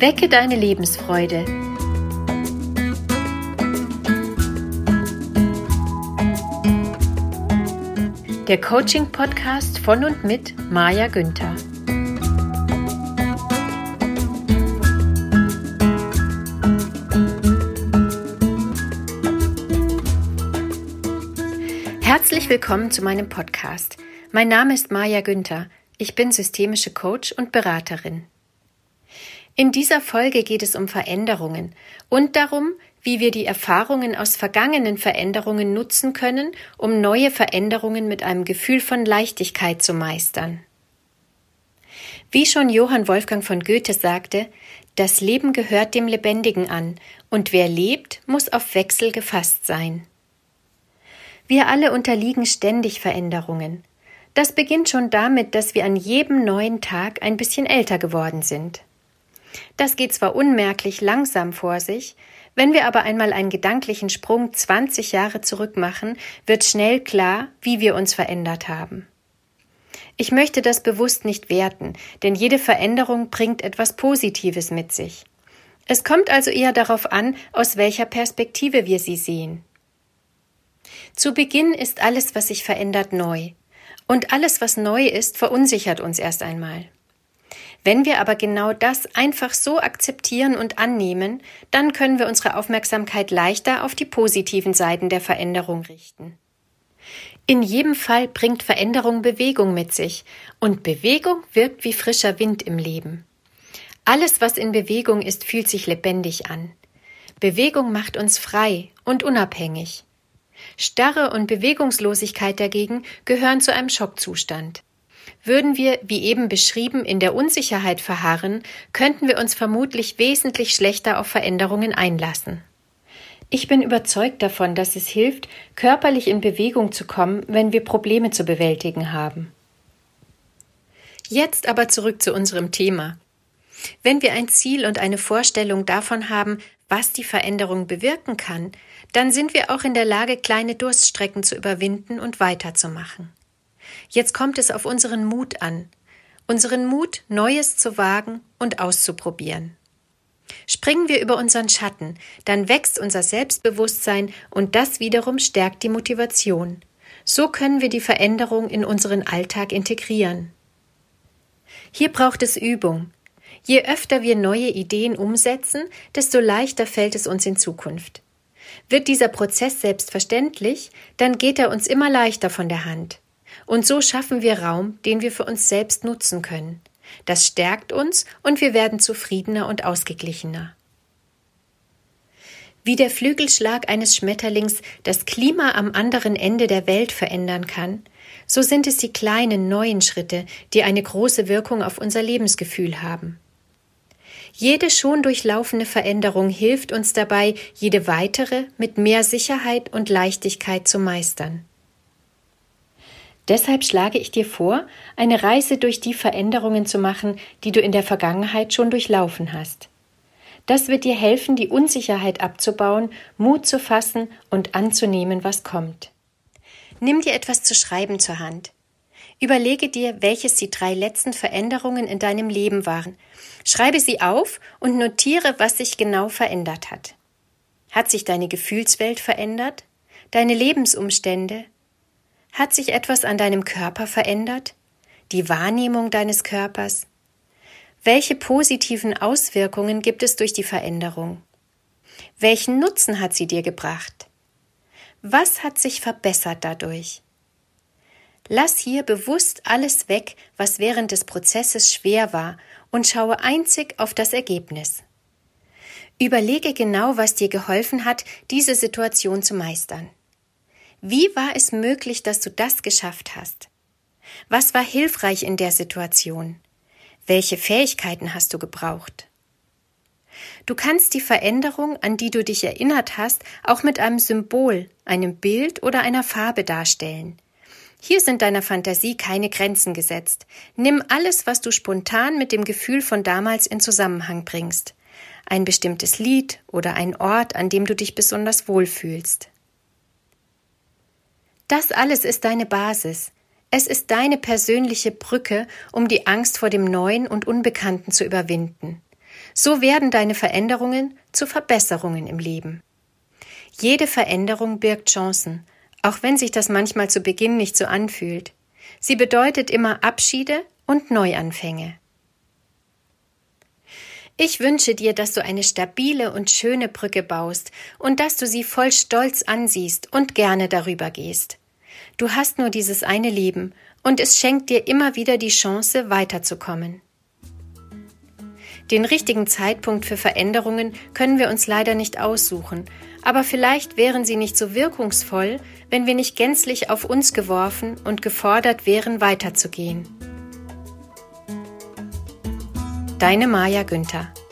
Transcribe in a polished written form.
Wecke deine Lebensfreude. Der Coaching-Podcast von und mit Maja Günther. Herzlich willkommen zu meinem Podcast. Mein Name ist Maja Günther. Ich bin systemische Coach und Beraterin. In dieser Folge geht es um Veränderungen und darum, wie wir die Erfahrungen aus vergangenen Veränderungen nutzen können, um neue Veränderungen mit einem Gefühl von Leichtigkeit zu meistern. Wie schon Johann Wolfgang von Goethe sagte, das Leben gehört dem Lebendigen an und wer lebt, muss auf Wechsel gefasst sein. Wir alle unterliegen ständig Veränderungen. Das beginnt schon damit, dass wir an jedem neuen Tag ein bisschen älter geworden sind. Das geht zwar unmerklich langsam vor sich, wenn wir aber einmal einen gedanklichen Sprung 20 Jahre zurück machen, wird schnell klar, wie wir uns verändert haben. Ich möchte das bewusst nicht werten, denn jede Veränderung bringt etwas Positives mit sich. Es kommt also eher darauf an, aus welcher Perspektive wir sie sehen. Zu Beginn ist alles, was sich verändert, neu. Und alles, was neu ist, verunsichert uns erst einmal. Wenn wir aber genau das einfach so akzeptieren und annehmen, dann können wir unsere Aufmerksamkeit leichter auf die positiven Seiten der Veränderung richten. In jedem Fall bringt Veränderung Bewegung mit sich und Bewegung wirkt wie frischer Wind im Leben. Alles, was in Bewegung ist, fühlt sich lebendig an. Bewegung macht uns frei und unabhängig. Starre und Bewegungslosigkeit dagegen gehören zu einem Schockzustand. Würden wir, wie eben beschrieben, in der Unsicherheit verharren, könnten wir uns vermutlich wesentlich schlechter auf Veränderungen einlassen. Ich bin überzeugt davon, dass es hilft, körperlich in Bewegung zu kommen, wenn wir Probleme zu bewältigen haben. Jetzt aber zurück zu unserem Thema. Wenn wir ein Ziel und eine Vorstellung davon haben, was die Veränderung bewirken kann, dann sind wir auch in der Lage, kleine Durststrecken zu überwinden und weiterzumachen. Jetzt kommt es auf unseren Mut an. Unseren Mut, Neues zu wagen und auszuprobieren. Springen wir über unseren Schatten, dann wächst unser Selbstbewusstsein und das wiederum stärkt die Motivation. So können wir die Veränderung in unseren Alltag integrieren. Hier braucht es Übung. Je öfter wir neue Ideen umsetzen, desto leichter fällt es uns in Zukunft. Wird dieser Prozess selbstverständlich, dann geht er uns immer leichter von der Hand. Und so schaffen wir Raum, den wir für uns selbst nutzen können. Das stärkt uns und wir werden zufriedener und ausgeglichener. Wie der Flügelschlag eines Schmetterlings das Klima am anderen Ende der Welt verändern kann, so sind es die kleinen neuen Schritte, die eine große Wirkung auf unser Lebensgefühl haben. Jede schon durchlaufene Veränderung hilft uns dabei, jede weitere mit mehr Sicherheit und Leichtigkeit zu meistern. Deshalb schlage ich dir vor, eine Reise durch die Veränderungen zu machen, die du in der Vergangenheit schon durchlaufen hast. Das wird dir helfen, die Unsicherheit abzubauen, Mut zu fassen und anzunehmen, was kommt. Nimm dir etwas zu schreiben zur Hand. Überlege dir, welches die 3 letzten Veränderungen in deinem Leben waren. Schreibe sie auf und notiere, was sich genau verändert hat. Hat sich deine Gefühlswelt verändert? Deine Lebensumstände? Hat sich etwas an deinem Körper verändert? Die Wahrnehmung deines Körpers? Welche positiven Auswirkungen gibt es durch die Veränderung? Welchen Nutzen hat sie dir gebracht? Was hat sich verbessert dadurch? Lass hier bewusst alles weg, was während des Prozesses schwer war, und schaue einzig auf das Ergebnis. Überlege genau, was dir geholfen hat, diese Situation zu meistern. Wie war es möglich, dass du das geschafft hast? Was war hilfreich in der Situation? Welche Fähigkeiten hast du gebraucht? Du kannst die Veränderung, an die du dich erinnert hast, auch mit einem Symbol, einem Bild oder einer Farbe darstellen. Hier sind deiner Fantasie keine Grenzen gesetzt. Nimm alles, was du spontan mit dem Gefühl von damals in Zusammenhang bringst. Ein bestimmtes Lied oder ein Ort, an dem du dich besonders wohlfühlst. Das alles ist deine Basis. Es ist deine persönliche Brücke, um die Angst vor dem Neuen und Unbekannten zu überwinden. So werden deine Veränderungen zu Verbesserungen im Leben. Jede Veränderung birgt Chancen, auch wenn sich das manchmal zu Beginn nicht so anfühlt. Sie bedeutet immer Abschiede und Neuanfänge. Ich wünsche dir, dass du eine stabile und schöne Brücke baust und dass du sie voll Stolz ansiehst und gerne darüber gehst. Du hast nur dieses eine Leben und es schenkt dir immer wieder die Chance, weiterzukommen. Den richtigen Zeitpunkt für Veränderungen können wir uns leider nicht aussuchen, aber vielleicht wären sie nicht so wirkungsvoll, wenn wir nicht gänzlich auf uns geworfen und gefordert wären, weiterzugehen. Deine Maja Günther.